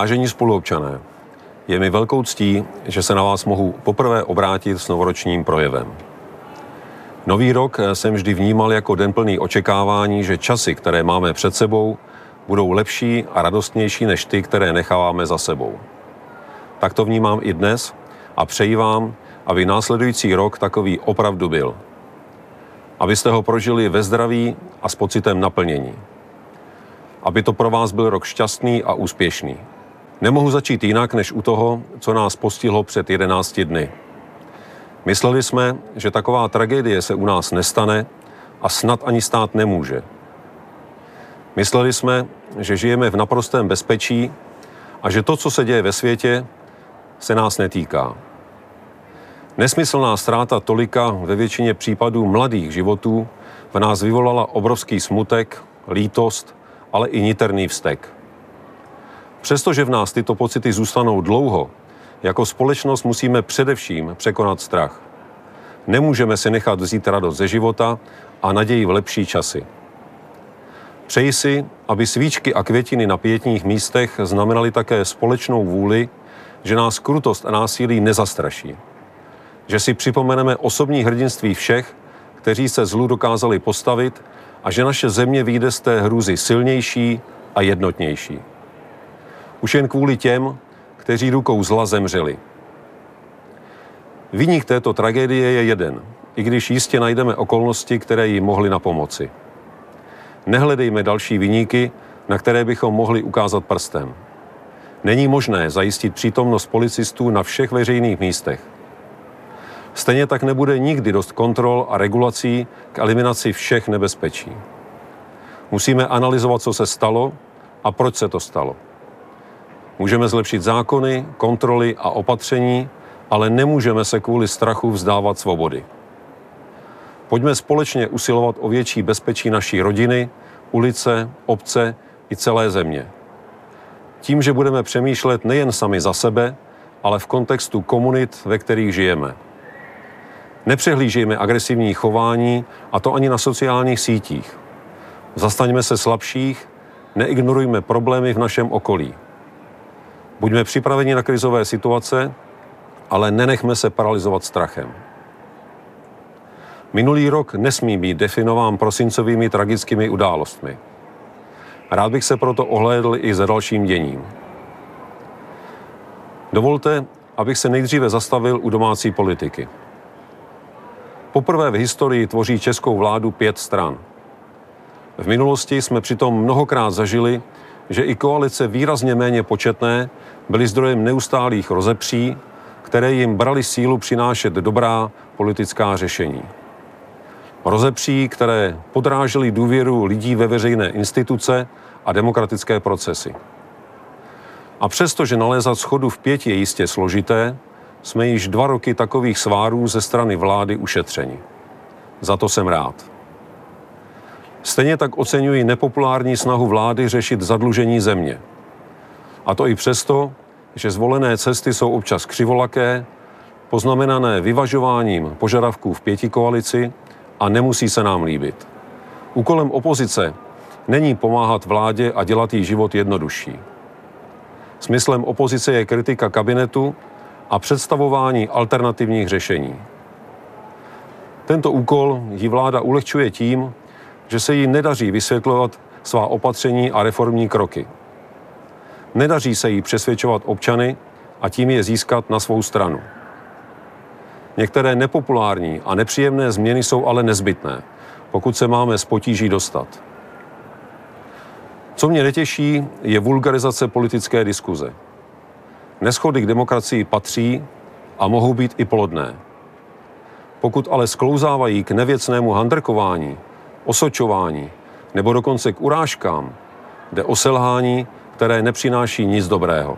Vážení spoluobčané, je mi velkou ctí, že se na vás mohu poprvé obrátit s novoročním projevem. Nový rok jsem vždy vnímal jako den plný očekávání, že časy, které máme před sebou, budou lepší a radostnější než ty, které necháváme za sebou. Tak to vnímám i dnes a přeji vám, aby následující rok takový opravdu byl. Abyste ho prožili ve zdraví a s pocitem naplnění. Aby to pro vás byl rok šťastný a úspěšný. Nemohu začít jinak, než u toho, co nás postihlo před 11 dny. Mysleli jsme, že taková tragédie se u nás nestane a snad ani stát nemůže. Mysleli jsme, že žijeme v naprostém bezpečí a že to, co se děje ve světě, se nás netýká. Nesmyslná ztráta tolika ve většině případů mladých životů v nás vyvolala obrovský smutek, lítost, ale i niterný vztek. Přestože v nás tyto pocity zůstanou dlouho, jako společnost musíme především překonat strach. Nemůžeme si nechat vzít radost ze života a naději v lepší časy. Přeji si, aby svíčky a květiny na pietních místech znamenaly také společnou vůli, že nás krutost a násilí nezastraší. Že si připomeneme osobní hrdinství všech, kteří se zlu dokázali postavit a že naše země vyjde z té hrůzy silnější a jednotnější. Už jen kvůli těm, kteří rukou zla zemřeli. Viník této tragédie je jeden, i když jistě najdeme okolnosti, které jí mohly napomoci. Nehledejme další viníky, na které bychom mohli ukázat prstem. Není možné zajistit přítomnost policistů na všech veřejných místech. Stejně tak nebude nikdy dost kontrol a regulací k eliminaci všech nebezpečí. Musíme analyzovat, co se stalo a proč se to stalo. Můžeme zlepšit zákony, kontroly a opatření, ale nemůžeme se kvůli strachu vzdávat svobody. Pojďme společně usilovat o větší bezpečí naší rodiny, ulice, obce i celé země. Tím, že budeme přemýšlet nejen sami za sebe, ale v kontextu komunit, ve kterých žijeme. Nepřehlížejme agresivní chování, a to ani na sociálních sítích. Zastaňme se slabších, neignorujme problémy v našem okolí. Buďme připraveni na krizové situace, ale nenechme se paralyzovat strachem. Minulý rok nesmí být definován prosincovými tragickými událostmi. Rád bych se proto ohlédl i za dalším děním. Dovolte, abych se nejdříve zastavil u domácí politiky. Poprvé v historii tvoří českou vládu 5 stran. V minulosti jsme přitom mnohokrát zažili, že i koalice výrazně méně početné byly zdrojem neustálých rozepří, které jim brali sílu přinášet dobrá politická řešení. Rozepří, které podrážely důvěru lidí ve veřejné instituce a demokratické procesy. A přestože nalézat shodu v 5 je jistě složité, jsme již 2 roky takových svárů ze strany vlády ušetřeni. Za to jsem rád. Stejně tak oceňuji nepopulární snahu vlády řešit zadlužení země. A to i přesto, že zvolené cesty jsou občas křivolaké, poznamenané vyvažováním požadavků v 5koalici a nemusí se nám líbit. Úkolem opozice není pomáhat vládě a dělat jí život jednodušší. Smyslem opozice je kritika kabinetu a představování alternativních řešení. Tento úkol jí vláda ulehčuje tím, že se jí nedaří vysvětlovat svá opatření a reformní kroky. Nedaří se jí přesvědčovat občany a tím je získat na svou stranu. Některé nepopulární a nepříjemné změny jsou ale nezbytné, pokud se máme z potíží dostat. Co mě netěší, je vulgarizace politické diskuze. Neshody k demokracii patří a mohou být i plodné. Pokud ale sklouzávají k nevěcnému handrkování, osočování nebo dokonce k urážkám, jde o selhání, které nepřináší nic dobrého.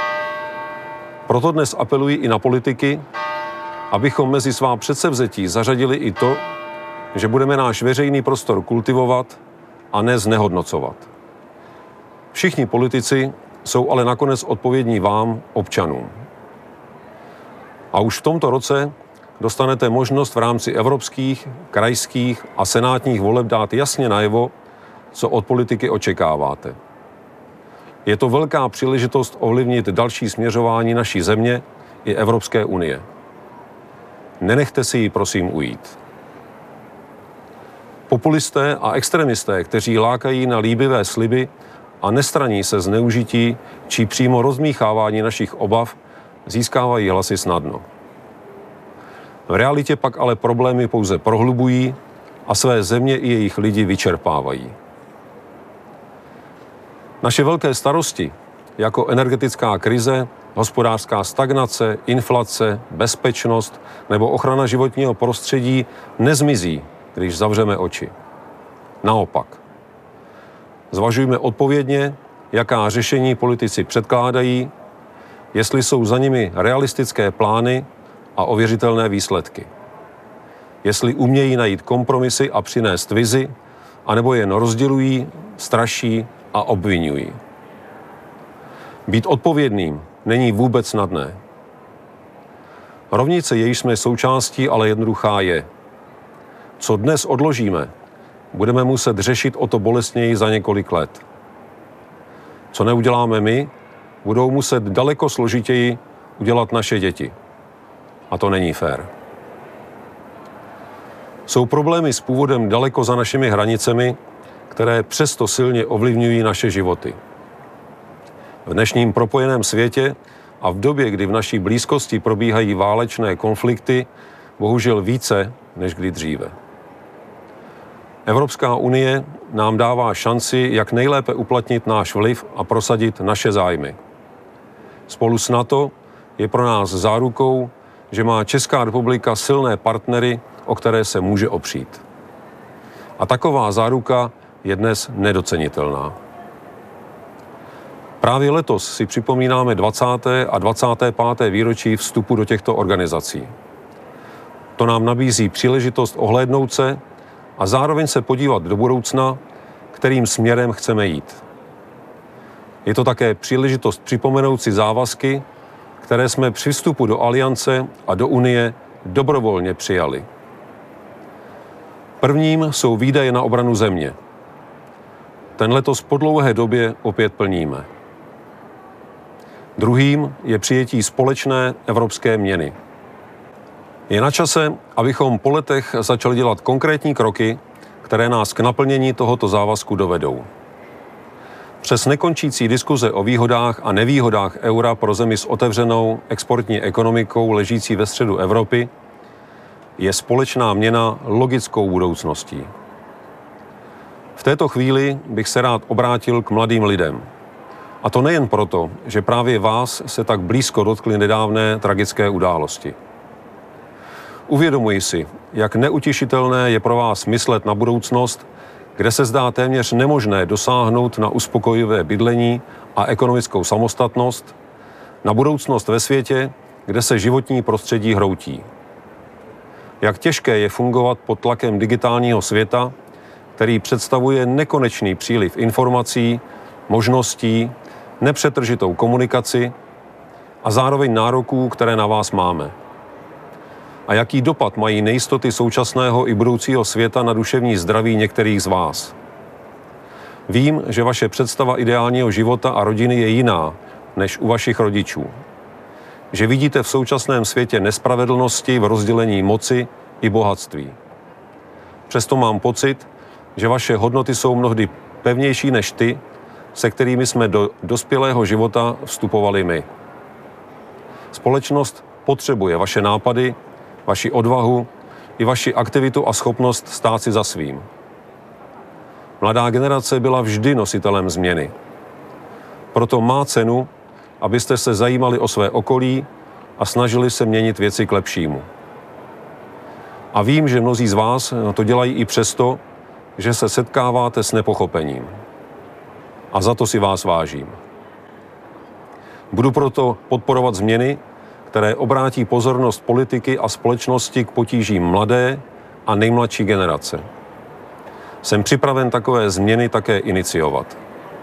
Proto dnes apeluji i na politiky, abychom mezi svá předsevzetí zařadili i to, že budeme náš veřejný prostor kultivovat a ne znehodnocovat. Všichni politici jsou ale nakonec odpovědní vám, občanům. A už v tomto roce dostanete možnost v rámci evropských, krajských a senátních voleb dát jasně najevo, co od politiky očekáváte. Je to velká příležitost ovlivnit další směřování naší země i Evropské unie. Nenechte si ji prosím ujít. Populisté a extremisté, kteří lákají na líbivé sliby a nestraní se zneužití či přímo rozmíchávání našich obav, získávají hlasy snadno. V realitě pak ale problémy pouze prohlubují a své země i jejich lidi vyčerpávají. Naše velké starosti, jako energetická krize, hospodářská stagnace, inflace, bezpečnost nebo ochrana životního prostředí, nezmizí, když zavřeme oči. Naopak. Zvažujme odpovědně, jaká řešení politici předkládají, jestli jsou za nimi realistické plány a ověřitelné výsledky. Jestli umějí najít kompromisy a přinést vizi, anebo jen rozdělují, straší a obvinují. Být odpovědným není vůbec snadné. Rovnice, jejíž jsme součástí, ale jednoduchá je. Co dnes odložíme, budeme muset řešit o to bolestněji za několik let. Co neuděláme my, budou muset daleko složitěji udělat naše děti. A to není fér. Jsou problémy s původem daleko za našimi hranicemi, které přesto silně ovlivňují naše životy. V dnešním propojeném světě a v době, kdy v naší blízkosti probíhají válečné konflikty, bohužel více než kdy dříve. Evropská unie nám dává šanci, jak nejlépe uplatnit náš vliv a prosadit naše zájmy. Spolu s NATO je pro nás zárukou, že má Česká republika silné partnery, o které se může opřít. A taková záruka je dnes nedocenitelná. Právě letos si připomínáme 20. a 25. výročí vstupu do těchto organizací. To nám nabízí příležitost ohlédnout se a zároveň se podívat do budoucna, kterým směrem chceme jít. Je to také příležitost připomenout si závazky, které jsme při vstupu do Aliance a do Unie dobrovolně přijali. Prvním jsou výdaje na obranu země. Ten letos po dlouhé době opět plníme. Druhým je přijetí společné evropské měny. Je na čase, abychom po letech začali dělat konkrétní kroky, které nás k naplnění tohoto závazku dovedou. Přes nekončící diskuze o výhodách a nevýhodách eura pro zemi s otevřenou exportní ekonomikou ležící ve středu Evropy je společná měna logickou budoucností. V této chvíli bych se rád obrátil k mladým lidem. A to nejen proto, že právě vás se tak blízko dotkly nedávné tragické události. Uvědomuji si, jak neutěšitelné je pro vás myslet na budoucnost, kde se zdá téměř nemožné dosáhnout na uspokojivé bydlení a ekonomickou samostatnost, na budoucnost ve světě, kde se životní prostředí hroutí. Jak těžké je fungovat pod tlakem digitálního světa, který představuje nekonečný příliv informací, možností, nepřetržitou komunikaci a zároveň nároků, které na vás máme. A jaký dopad mají nejistoty současného i budoucího světa na duševní zdraví některých z vás. Vím, že vaše představa ideálního života a rodiny je jiná než u vašich rodičů. Že vidíte v současném světě nespravedlnosti v rozdělení moci i bohatství. Přesto mám pocit, že vaše hodnoty jsou mnohdy pevnější než ty, se kterými jsme do dospělého života vstupovali my. Společnost potřebuje vaše nápady, vaši odvahu i vaši aktivitu a schopnost stát si za svým. Mladá generace byla vždy nositelem změny. Proto má cenu, abyste se zajímali o své okolí a snažili se měnit věci k lepšímu. A vím, že mnozí z vás to dělají i přesto, že se setkáváte s nepochopením. A za to si vás vážím. Budu proto podporovat změny, které obrátí pozornost politiky a společnosti k potížím mladé a nejmladší generace. Jsem připraven takové změny také iniciovat.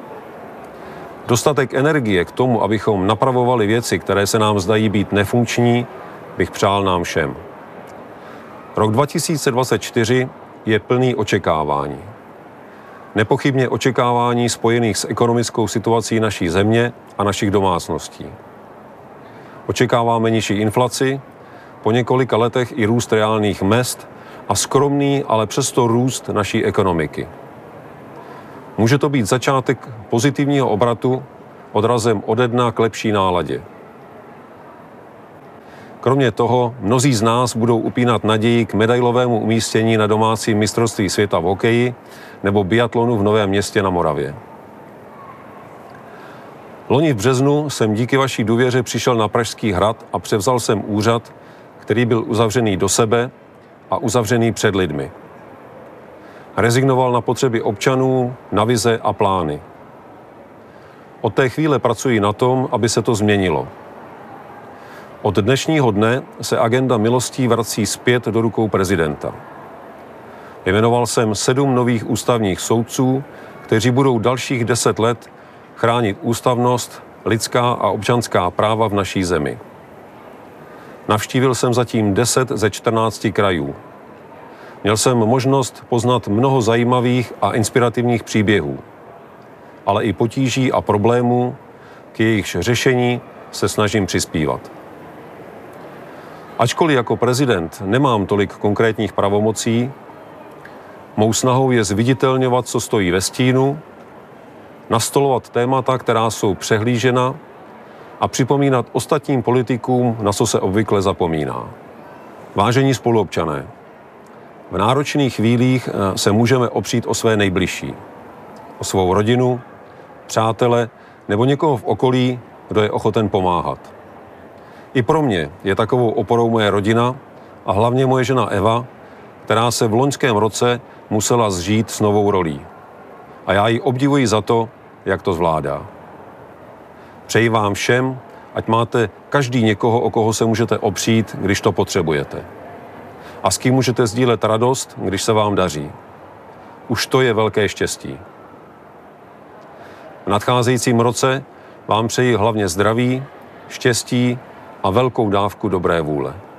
Dostatek energie k tomu, abychom napravovali věci, které se nám zdají být nefunkční, bych přál nám všem. Rok 2024 je plný očekávání. Nepochybně očekávání spojených s ekonomickou situací naší země a našich domácností. Očekáváme nižší inflaci, po několika letech i růst reálných mezd a skromný, ale přesto růst naší ekonomiky. Může to být začátek pozitivního obratu odrazem ode dna k lepší náladě. Kromě toho mnozí z nás budou upínat naději k medailovému umístění na domácím mistrovství světa v hokeji nebo biatlonu v Novém Městě na Moravě. Loni v březnu jsem díky vaší důvěře přišel na Pražský hrad a převzal jsem úřad, který byl uzavřený do sebe a uzavřený před lidmi. Rezignoval na potřeby občanů, na vize a plány. Od té chvíle pracuji na tom, aby se to změnilo. Od dnešního dne se agenda milostí vrací zpět do rukou prezidenta. Jmenoval jsem 7 nových ústavních soudců, kteří budou dalších 10 let chránit ústavnost, lidská a občanská práva v naší zemi. Navštívil jsem zatím 10 ze 14 krajů. Měl jsem možnost poznat mnoho zajímavých a inspirativních příběhů, ale i potíží a problémů, k jejichž řešení se snažím přispívat. Ačkoliv jako prezident nemám tolik konkrétních pravomocí, mou snahou je zviditelňovat, co stojí ve stínu, nastolovat témata, která jsou přehlížena a připomínat ostatním politikům, na co se obvykle zapomíná. Vážení spoluobčané, v náročných chvílích se můžeme opřít o své nejbližší, o svou rodinu, přátele nebo někoho v okolí, kdo je ochoten pomáhat. I pro mě je takovou oporou moje rodina a hlavně moje žena Eva, která se v loňském roce musela zžít s novou rolí. A já ji obdivuji za to, jak to zvládá. Přeji vám všem, ať máte každý někoho, o koho se můžete opřít, když to potřebujete. A s kým můžete sdílet radost, když se vám daří. Už to je velké štěstí. V nadcházejícím roce vám přeji hlavně zdraví, štěstí a velkou dávku dobré vůle.